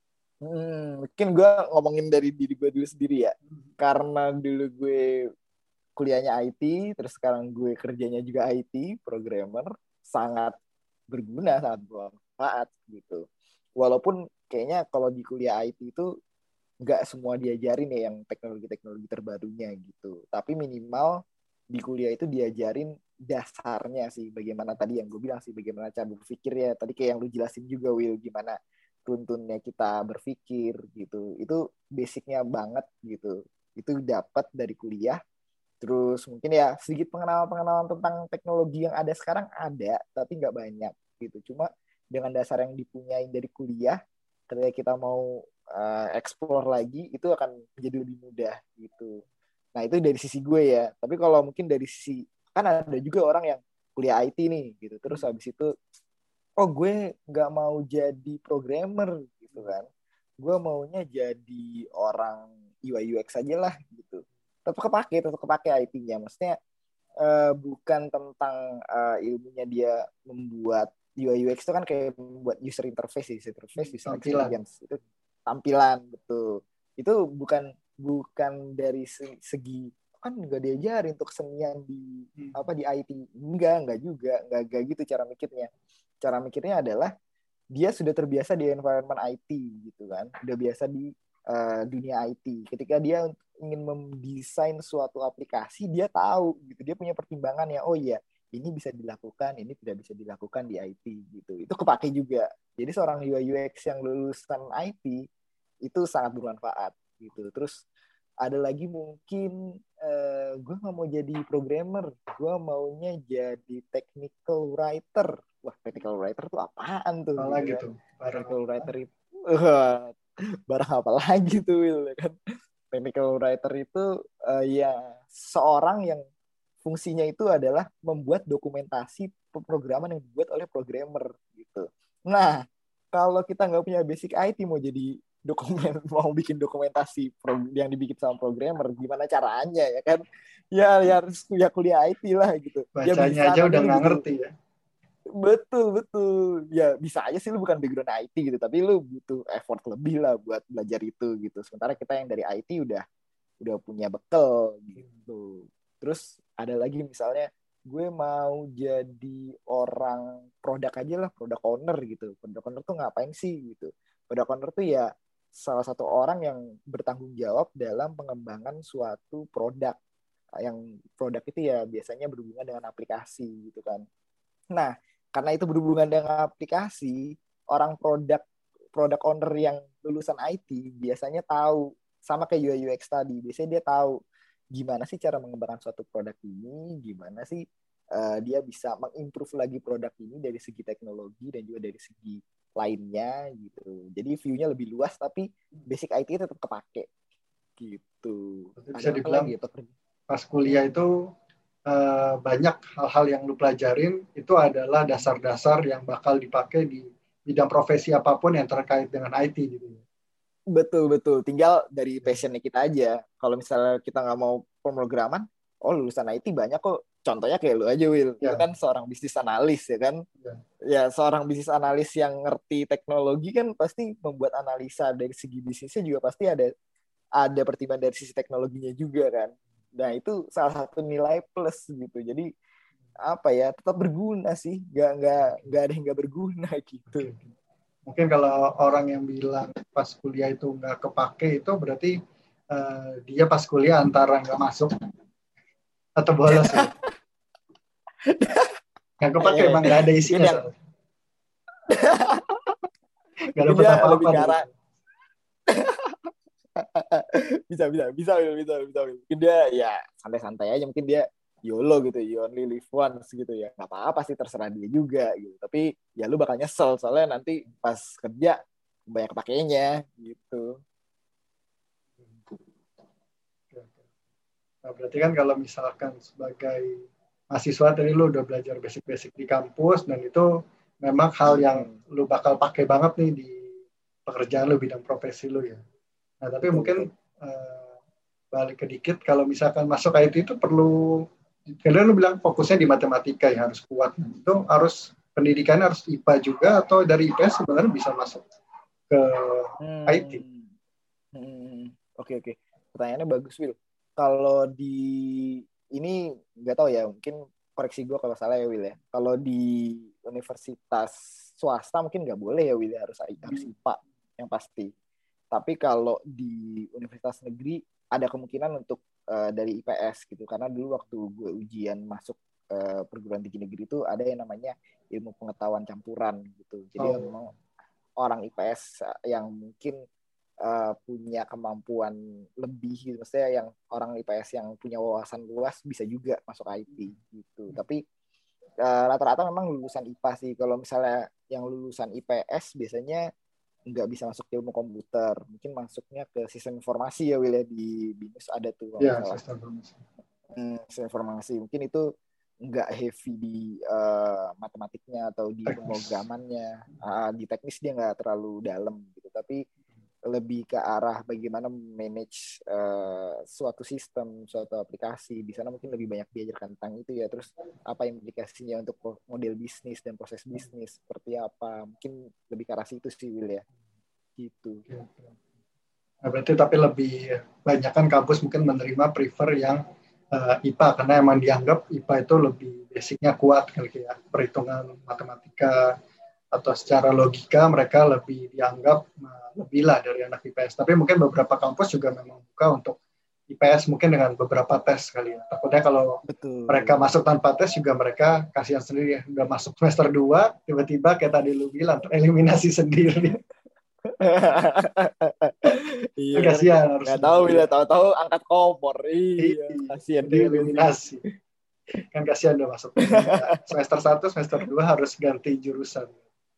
Mungkin gue ngomongin dari diri gue dulu sendiri ya. Karena dulu gue kuliahnya IT, terus sekarang gue kerjanya juga IT, programmer, sangat berguna, sangat bermanfaat gitu. Walaupun kayaknya kalau di kuliah IT itu nggak semua diajarin ya yang teknologi-teknologi terbarunya gitu. Tapi minimal di kuliah itu diajarin dasarnya sih, bagaimana tadi yang gue bilang sih, bagaimana cara berpikir ya. Tadi kayak yang lu jelasin juga Will, gimana tuntunnya kita berpikir gitu. Itu basicnya banget gitu. Itu dapat dari kuliah. Terus mungkin ya sedikit pengenalan-pengenalan tentang teknologi yang ada sekarang ada, tapi nggak banyak gitu. Cuma dengan dasar yang dipunyain dari kuliah, ketika kita mau explore lagi, itu akan menjadi lebih mudah gitu. Nah itu dari sisi gue ya. Tapi kalau mungkin dari sisi, kan ada juga orang yang kuliah IT nih gitu. Terus habis itu, oh gue nggak mau jadi programmer gitu kan. Gue maunya jadi orang UI UX aja lah gitu. Tetap kepake IT-nya. Maksudnya bukan tentang ilmunya dia membuat UI UX itu kan kayak membuat user interface, user Tampilan. experience itu tampilan betul. Itu bukan dari segi kan nggak diajarin untuk kesenian di apa di IT. Enggak juga, enggak gitu cara mikirnya. Cara mikirnya adalah dia sudah terbiasa di environment IT gitu kan, udah biasa di dunia IT. Ketika dia ingin mendesain suatu aplikasi, dia tahu gitu, dia punya pertimbangan ya, oh iya ini bisa dilakukan, ini tidak bisa dilakukan di IT gitu. Itu kepake juga. Jadi seorang UI UX yang lulusan IT itu sangat bermanfaat gitu. Terus ada lagi mungkin gue nggak mau jadi programmer, gue maunya jadi technical writer. Wah, technical writer tuh apaan tuh Apalagi gitu gitu kan? barang Technical apa? writer itu barang apa lagi tuh Will ya kan? Technical writer itu ya seorang yang fungsinya itu adalah membuat dokumentasi pemrograman yang dibuat oleh programmer gitu. Nah, kalau kita nggak punya basic IT mau jadi mau bikin dokumentasi yang dibikin sama programmer gimana caranya ya kan, ya harus kuliah IT lah gitu ya, Bacanya bisa aja tapi udah lu nggak butuh. ngerti ya. Betul ya, bisa aja sih lu bukan background IT gitu tapi lu butuh effort lebih lah buat belajar itu gitu, sementara kita yang dari IT udah punya bekal gitu. Terus ada lagi misalnya gue mau jadi orang produk aja lah, product owner gitu. Product owner tuh ngapain sih gitu? Product owner tuh ya salah satu orang yang bertanggung jawab dalam pengembangan suatu produk. Yang produk itu ya biasanya berhubungan dengan aplikasi gitu kan. Nah, karena itu berhubungan dengan aplikasi, orang product owner yang lulusan IT biasanya tahu, sama kayak UI UX tadi, biasanya dia tahu gimana sih cara mengembangkan suatu produk ini, gimana sih dia bisa mengimprove lagi produk ini dari segi teknologi dan juga dari segi lainnya gitu. Jadi view-nya lebih luas tapi basic IT tetap kepake gitu. Berarti bisa Ada apa dibilang lagi ya pekerjaan? pas kuliah itu banyak hal-hal yang lu pelajarin itu adalah dasar-dasar yang bakal dipakai di bidang profesi apapun yang terkait dengan IT gitu ya. Betul. Tinggal dari passionnya kita aja. Kalau misalnya kita nggak mau pemrograman, oh lulusan IT banyak kok. Contohnya kayak lu aja, Will. Lu Ya, kan seorang bisnis analis, ya kan? ya. Ya, seorang bisnis analis yang ngerti teknologi kan pasti membuat analisa dari segi bisnisnya juga pasti ada pertimbangan dari sisi teknologinya juga kan. Nah, itu salah satu nilai plus gitu. Jadi apa ya, tetap berguna sih. Nggak ada yang nggak berguna gitu. Oke, oke. Mungkin kalau orang yang bilang pas kuliah itu nggak kepake itu berarti dia pas kuliah antara nggak masuk atau bolos ya. Nggak kepake Eh, emang nggak ada mungkin isinya yang soalnya. Nggak mungkin dapat dia apa-apa lebih ke dari arah itu. bisa. Mungkin dia ya santai-santai aja, mungkin dia YOLO gitu, you only live once gitu ya. Nggak apa-apa sih, terserah dia juga gitu. Tapi ya lu bakal nyesel soalnya nanti pas kerja banyak pakainya gitu. Nah, berarti kan kalau misalkan sebagai mahasiswa tadi lu udah belajar basic-basic di kampus dan itu memang hal yang lu bakal pakai banget nih di pekerjaan lu, bidang profesi lu ya. Nah, tapi Betul, mungkin betul. balik ke dikit, kalau misalkan masuk IT itu perlu, kalian lu bilang fokusnya di matematika ya, harus kuat. Itu harus pendidikannya harus IPA juga atau dari IPS sebenarnya bisa masuk ke IT? Oke. Pertanyaannya bagus, Will. Kalau di ini nggak tahu ya, mungkin koreksi gue kalau salah ya, Will ya. Kalau di universitas swasta mungkin nggak boleh ya, Will, harus IPA yang pasti. Tapi kalau di universitas negeri ada kemungkinan untuk dari IPS gitu, karena dulu waktu gue ujian masuk perguruan tinggi negeri itu ada yang namanya ilmu pengetahuan campuran gitu. Jadi memang orang IPS yang mungkin punya kemampuan lebih gitu. Maksudnya yang orang IPS yang punya wawasan luas bisa juga masuk IT gitu. Tapi rata-rata memang lulusan IPA sih. Kalau misalnya yang lulusan IPS biasanya nggak bisa masuk ilmu komputer. Mungkin masuknya ke sistem informasi ya, Will, ya. Di BINUS ada tuh kalau Ya, salah. sistem informasi. Sistem informasi. Mungkin itu nggak heavy di matematiknya atau di pemrogramannya. Di teknis dia nggak terlalu dalam gitu. Tapi lebih ke arah bagaimana manage suatu sistem, suatu aplikasi. Di sana mungkin lebih banyak diajarkan tentang itu ya. Terus apa implikasinya untuk model bisnis dan proses bisnis seperti apa. Mungkin lebih ke arah situ sih, Will ya. Gitu. Nah, berarti tapi lebih banyak kan kampus mungkin menerima prefer yang IPA karena emang dianggap IPA itu lebih basicnya kuat kali ya, perhitungan matematika atau secara logika mereka lebih dianggap lebih lah dari anak IPS. Tapi mungkin beberapa kampus juga memang buka untuk IPS mungkin dengan beberapa tes kali ya. Takutnya kalau mereka masuk tanpa tes juga mereka kasihan sendiri ya. Udah masuk semester 2, tiba-tiba kayak tadi lu bilang, eliminasi sendiri. Iya kan, kasihan harus nggak tahu ya, tahu-tahu angkat kompor. Iya, kasihan udah juga eliminasi. Kan kasihan udah masuk semester 1, semester 2 harus ganti jurusan.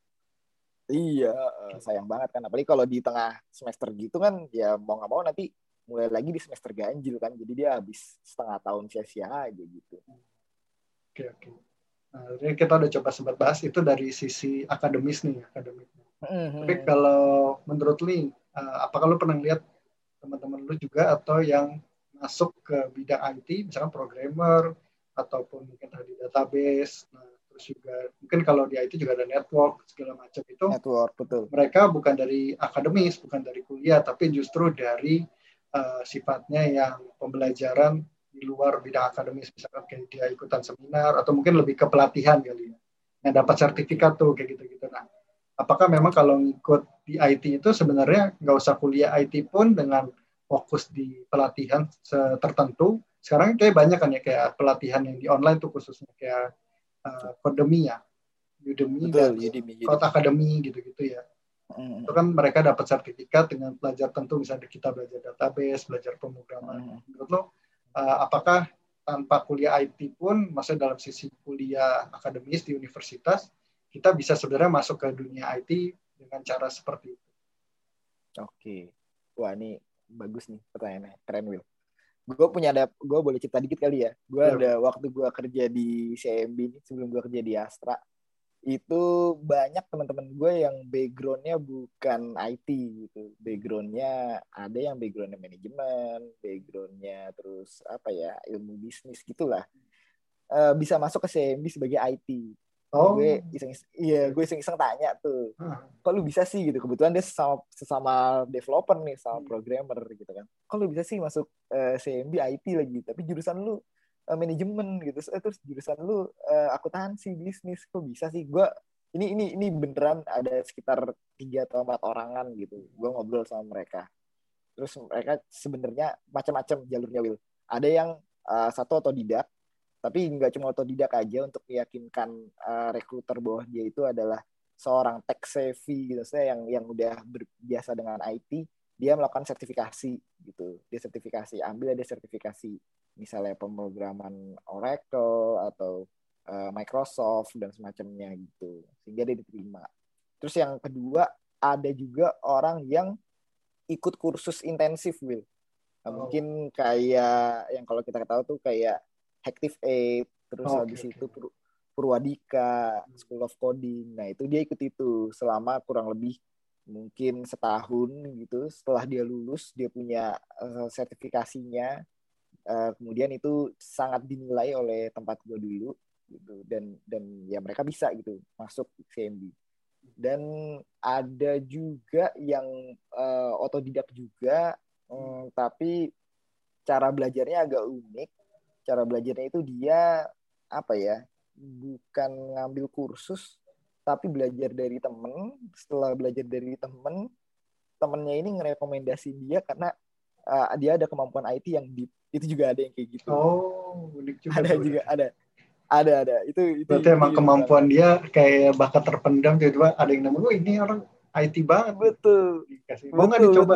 Iya, sayang banget kan. Apalagi kalau di tengah semester gitu kan, ya mau nggak mau nanti mulai lagi di semester ganjil kan. Jadi dia habis setengah tahun sia-sia aja gitu. Oke. Nah, ini kita udah coba sempat bahas itu dari sisi akademis nih, akademik. Tapi kalau menurut lu, apakah lu pernah lihat teman-teman lu juga atau yang masuk ke bidang IT, misalkan programmer ataupun mungkin tadi database, nah, terus juga mungkin kalau di IT juga ada network segala macam itu. Network, betul. Mereka bukan dari akademis, bukan dari kuliah, tapi justru dari sifatnya yang pembelajaran di luar bidang akademis, misalkan kayak dia ikutan seminar atau mungkin lebih ke pelatihan kali ya, yang dapat sertifikat tuh kayak gitu-gitu. Nah, apakah memang kalau ngikut di IT itu sebenarnya nggak usah kuliah IT pun dengan fokus di pelatihan tertentu? Sekarang kayak banyak kan ya kayak pelatihan yang di online tuh khususnya kayak Udemy ya, Udemy dan Code Academy gitu-gitu ya. Itu kan mereka dapat sertifikat dengan belajar tentu, misalnya kita belajar database, belajar pemrograman. Menurut lo, apakah tanpa kuliah IT pun, maksudnya dalam sisi kuliah akademis di universitas, kita bisa sebenarnya masuk ke dunia IT dengan cara seperti itu? Oke. Wah, ini bagus nih pertanyaannya. Keren, Will. Gue boleh cerita dikit kali ya. Gue ada waktu gue kerja di CMB ini, sebelum gue kerja di Astra, itu banyak teman-teman gue yang backgroundnya bukan IT gitu. Backgroundnya ada yang backgroundnya manajemen, backgroundnya terus apa ya, ilmu bisnis gitulah. Bisa masuk ke CMB sebagai IT. Gue iseng-iseng tanya tuh, kok lu bisa sih gitu? Kebetulan dia sesama developer nih, sama programmer gitu kan. Kok lu bisa sih masuk CMB IT lagi, tapi jurusan lu manajemen gitu, terus jurusan lu akuntansi bisnis, kok bisa sih? Gue ini beneran ada sekitar 3 atau 4 orangan gitu. Gue ngobrol sama mereka. Terus mereka sebenarnya macam-macam jalurnya, Will. Ada yang satu otodidak, tapi nggak cuma otodidak aja untuk meyakinkan rekruter bahwa dia itu adalah seorang tech savvy gitu, saya yang udah biasa dengan IT, dia melakukan sertifikasi gitu. Dia sertifikasi, ambil ada sertifikasi misalnya pemrograman Oracle atau Microsoft dan semacamnya gitu. Sehingga dia diterima. Terus yang kedua, ada juga orang yang ikut kursus intensif, Will. Nah, mungkin kayak yang kalau kita tahu tuh kayak Active Aid, terus habis itu Purwadika, School of Coding. Nah, itu dia ikut itu selama kurang lebih mungkin setahun gitu. Setelah dia lulus, dia punya sertifikasinya. Kemudian itu sangat dinilai oleh tempat gue dulu gitu. Dan ya mereka bisa gitu masuk CMB. Dan ada juga yang otodidak juga, tapi cara belajarnya agak unik. Cara belajarnya itu dia apa ya, bukan ngambil kursus, tapi belajar dari temen. Setelah belajar dari temen, temennya ini ngerekomendasi dia karena dia ada kemampuan IT yang deep. Itu juga ada yang kayak gitu. Unik juga. Ada tuh, juga, ada. Itu berarti emang kemampuan banget. dia kayak bakat terpendam, tiba-tiba ada yang nemu, ini orang IT banget. Betul. Dikasih. Mau nggak dicoba?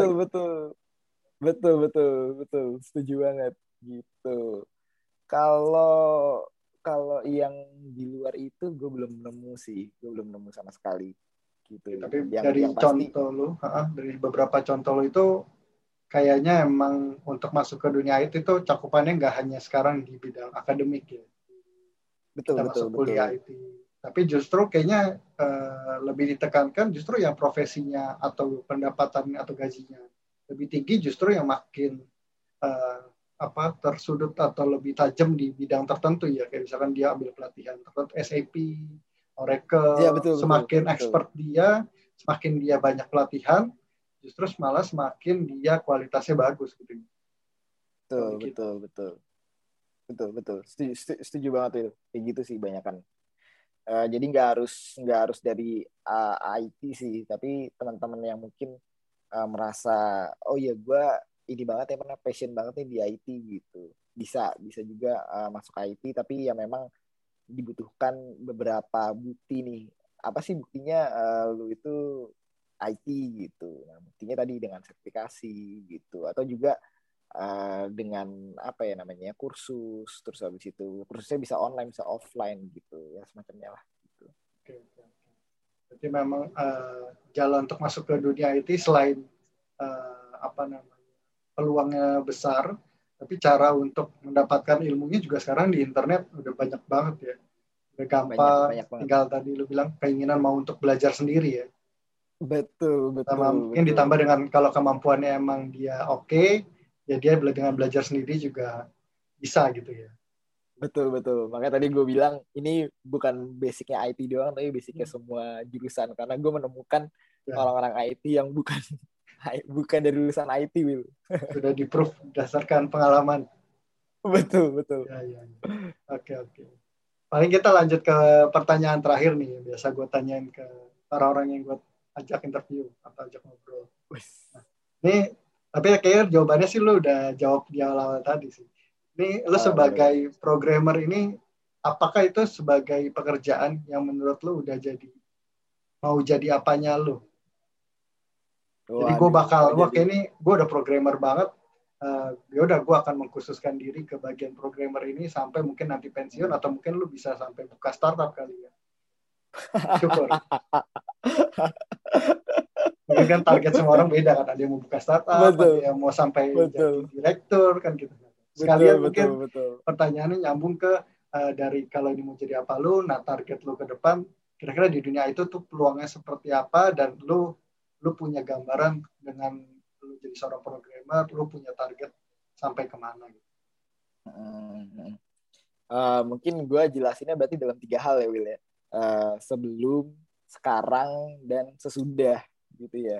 Betul. Setuju banget gitu. Kalau yang di luar itu gue belum nemu sih, gue belum nemu sama sekali gitu. Tapi dari Yang pasti contoh lu, dari beberapa contoh lu itu kayaknya emang untuk masuk ke dunia IT itu cakupannya nggak hanya sekarang di bidang akademik ya. Kita masuk kuliah IT. Tapi justru kayaknya lebih ditekankan justru yang profesinya atau pendapatan atau gajinya lebih tinggi, justru yang makin tersudut atau lebih tajam di bidang tertentu ya. Kayak misalkan dia ambil pelatihan tertentu SAP, Oracle, ya, semakin expert dia, semakin dia banyak pelatihan, justru malah semakin dia kualitasnya bagus gitu. Betul. Setuju banget itu. Kayak gitu sih banyakan. Jadi nggak harus dari IT sih, tapi teman-teman yang mungkin merasa oh ya gue ini banget ya, pernah passion banget nih di IT gitu, bisa juga masuk IT, tapi ya memang dibutuhkan beberapa bukti nih. Apa sih buktinya lu itu IT gitu. Nah, buktinya tadi dengan sertifikasi gitu, atau juga dengan apa ya namanya kursus. Terus habis itu kursusnya bisa online bisa offline gitu ya, semacamnya lah gitu. Oke. Jadi memang jalan untuk masuk ke dunia IT selain peluangnya besar, tapi cara untuk mendapatkan ilmunya juga sekarang di internet udah banyak banget ya. Udah gampang, Banyak banget. tinggal tadi lu bilang keinginan mau untuk belajar sendiri ya. Betul. Mungkin ditambah dengan kalau kemampuannya emang dia oke, ya dia dengan belajar sendiri juga bisa gitu ya. Betul. Makanya tadi gue bilang ini bukan basicnya IT doang, tapi basicnya semua jurusan. Karena gue menemukan orang-orang IT yang bukan dari lulusan IT, Will. Sudah di-proof berdasarkan pengalaman. Betul. Ya. Oke. Paling kita lanjut ke pertanyaan terakhir nih. Biasa gue tanyain ke orang-orang yang gue ajak interview atau ajak ngobrol. Nah, ini tapi kayaknya jawabannya sih lu udah jawab di awal tadi sih. Ini lu sebagai programmer ini, apakah itu sebagai pekerjaan yang menurut lu udah mau jadi apanya lu? Jadi gue bakal, kayak ini gue udah programmer banget. Ya udah gue akan mengkhususkan diri ke bagian programmer ini sampai mungkin nanti pensiun, atau mungkin lu bisa sampai buka startup kali ya. Syukur. Mungkin kan target semua orang beda kan, ada yang mau buka startup, ada yang mau sampai jadi direktur kan gitu. Sekalian mungkin pertanyaannya nyambung ke dari kalau ini mau jadi apa lu, nah target lu ke depan kira-kira di dunia itu tuh peluangnya seperti apa, dan lu punya gambaran dengan lu jadi seorang programmer, lu punya target sampai kemana gitu. Mungkin gue jelasinnya berarti dalam 3 hal ya, Will ya. Sebelum, sekarang, dan sesudah gitu ya.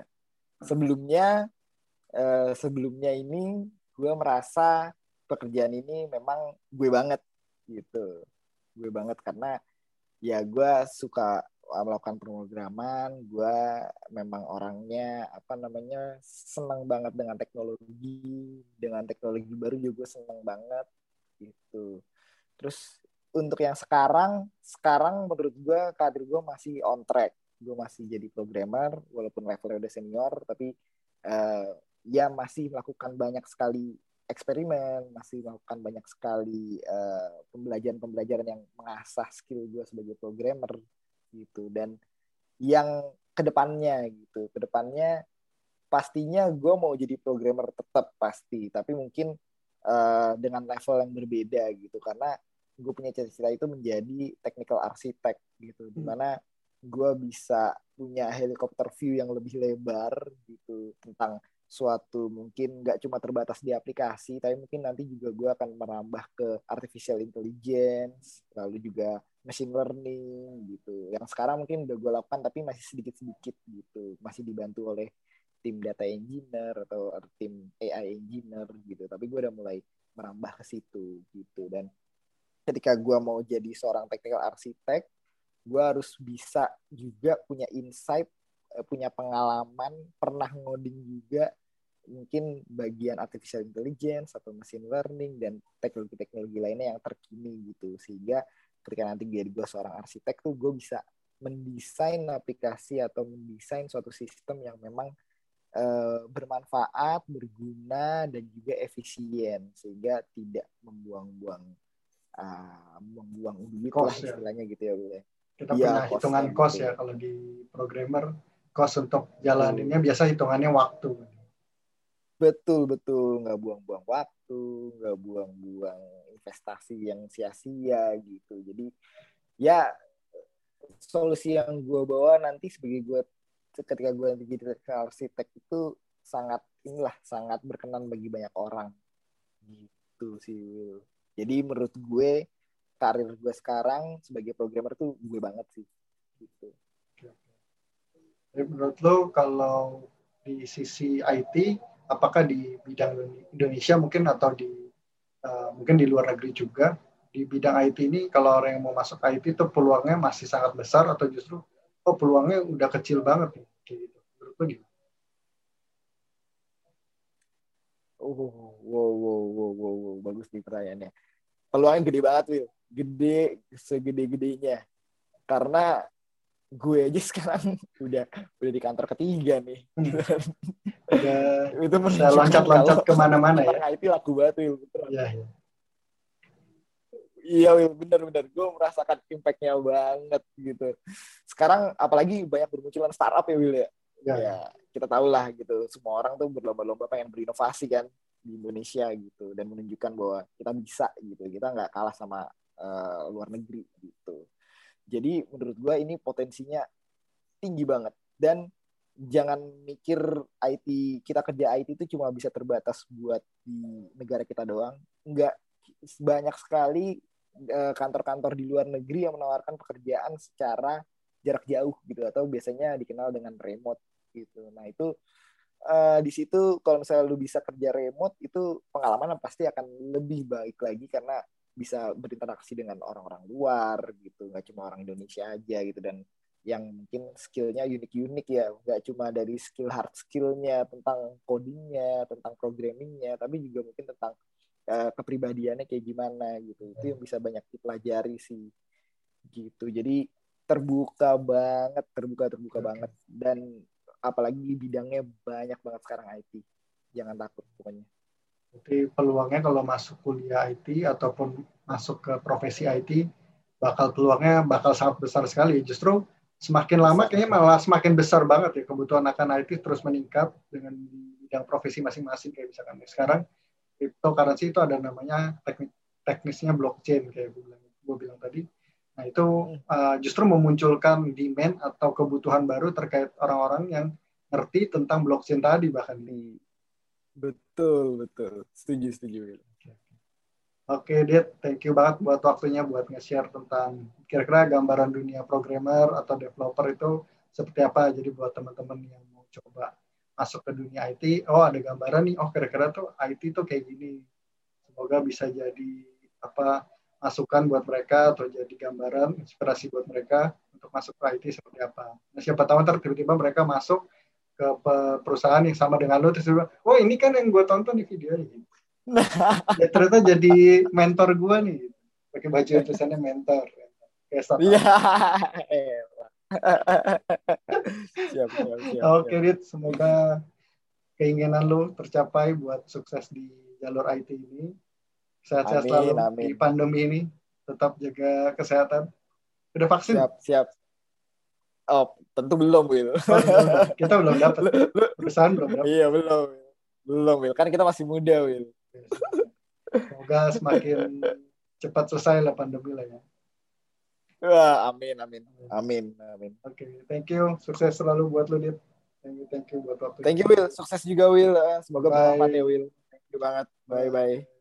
Sebelumnya ini gue merasa pekerjaan ini memang gue banget gitu. Gue banget karena ya gue suka melakukan pemrograman, gue memang orangnya senang banget dengan teknologi baru juga gue senang banget gitu. Terus untuk yang sekarang menurut gue karir gue masih on track. Gue masih jadi programmer walaupun levelnya udah senior, tapi ya masih melakukan banyak sekali eksperimen, masih melakukan banyak sekali pembelajaran-pembelajaran yang mengasah skill gue sebagai programmer gitu. Dan yang kedepannya gitu, kedepannya pastinya gue mau jadi programmer tetap pasti, tapi mungkin dengan level yang berbeda gitu, karena gue punya cita-cita itu menjadi technical architect gitu, dimana gue bisa punya helikopter view yang lebih lebar gitu tentang suatu, mungkin nggak cuma terbatas di aplikasi, tapi mungkin nanti juga gue akan merambah ke artificial intelligence, lalu juga machine learning gitu. Yang sekarang mungkin udah gue lakukan tapi masih sedikit-sedikit gitu, masih dibantu oleh tim data engineer atau tim AI engineer gitu. Tapi gue udah mulai merambah ke situ gitu. Dan ketika gue mau jadi seorang technical architect, gue harus bisa juga punya insight, punya pengalaman, pernah ngoding juga, mungkin bagian artificial intelligence atau machine learning dan teknologi-teknologi lainnya yang terkini gitu. Sehingga ketika nanti jadi gue seorang arsitek tuh gue bisa mendesain aplikasi atau mendesain suatu sistem yang memang bermanfaat, berguna, dan juga efisien, sehingga tidak membuang-buang duit lah istilahnya gitu ya, Bu. Kita punya hitungan cost ya kalau di programmer, cost untuk jalaninnya biasa hitungannya waktu. Betul, nggak buang-buang waktu, nggak buang-buang investasi yang sia-sia gitu. Jadi ya solusi yang gue bawa nanti sebagai gue ketika gue nanti jadi arsitek itu sangat berkenan bagi banyak orang gitu sih. Jadi menurut gue karir gue sekarang sebagai programmer tuh gue banget sih gitu. Jadi menurut lo kalau di sisi IT, apakah di bidang Indonesia mungkin atau mungkin di luar negeri juga, di bidang IT ini kalau orang yang mau masuk IT itu peluangnya masih sangat besar atau justru peluangnya udah kecil banget nih gitu. Menurut lo gimana? Wow, bagus nih pertanyaannya. Peluangnya gede banget, Will. Gede, segede-gedenya. Karena gue aja sekarang udah di kantor ketiga nih. Udah itu bisa loncat-loncat kemana-mana ya. Orang IT laku banget, Will. Iya. Iya, Will, benar-benar. Gue merasakan impact-nya banget gitu. Sekarang apalagi banyak bermunculan startup ya, Will ya. Ya, kita tahu lah gitu. Semua orang tuh berlomba-lomba pengen berinovasi kan di Indonesia gitu, dan menunjukkan bahwa kita bisa gitu. Kita nggak kalah sama luar negeri gitu. Jadi menurut gue ini potensinya tinggi banget. Dan jangan mikir kita kerja IT itu cuma bisa terbatas buat di negara kita doang. Enggak, banyak sekali kantor-kantor di luar negeri yang menawarkan pekerjaan secara jarak jauh gitu, atau biasanya dikenal dengan remote gitu. Nah itu di situ kalau misalnya lu bisa kerja remote, itu pengalaman pasti akan lebih baik lagi karena bisa berinteraksi dengan orang-orang luar gitu, nggak cuma orang Indonesia aja gitu, dan yang mungkin skillnya unik-unik ya, nggak cuma dari skill hard skillnya tentang codingnya, tentang programmingnya, tapi juga mungkin tentang kepribadiannya kayak gimana gitu. Itu yang bisa banyak dipelajari sih gitu. Jadi terbuka banget, dan apalagi bidangnya banyak banget sekarang IT. Jangan takut pokoknya. Jadi peluangnya kalau masuk kuliah IT ataupun masuk ke profesi IT, peluangnya bakal sangat besar sekali. Justru semakin lama kayaknya malah semakin besar banget ya kebutuhan akan IT terus meningkat dengan bidang profesi masing-masing. Kayak misalkan sekarang cryptocurrency itu ada namanya teknisnya blockchain kayak gue bilang tadi. Nah itu justru memunculkan demand atau kebutuhan baru terkait orang-orang yang ngerti tentang blockchain tadi bahkan. Betul. Setuju. Oke, Dit. Thank you banget buat waktunya buat nge-share tentang kira-kira gambaran dunia programmer atau developer itu seperti apa. Jadi buat teman-teman yang mau coba masuk ke dunia IT, ada gambaran nih, kira-kira tuh IT tuh kayak gini. Semoga bisa jadi masukan buat mereka atau jadi gambaran, inspirasi buat mereka untuk masuk ke IT seperti apa. Nah, siapa tahu ntar tiba-tiba mereka masuk ke perusahaan yang sama dengan lo, terus bilang, ini kan yang gue tonton di video ini. Ya ternyata jadi mentor gue nih, pakai baju yang tulisannya mentor. Iya. Siap. Oke, Rit, semoga keinginan lu tercapai buat sukses di jalur IT ini. Sehat-sehat Amin, selalu di amin. pandemi ini. Tetap jaga kesehatan. Udah vaksin? Siap, siap. Oh, tentu belum, Will. Oh, belum. Kita belum dapat. Perusahaan belum dapat. Iya, belum. Belum, Will. Kan kita masih muda, Will. Semoga semakin cepat selesai lah pandemi lah ya. Wah, amin, amin. Amin, amin. Oke, thank you. Sukses selalu buat lu, Dit. Thank you buat waktunya. Thank you, Will. Sukses juga, Will. Semoga bermanfaat ya, Bye. Will. Thank you banget. Bye-bye.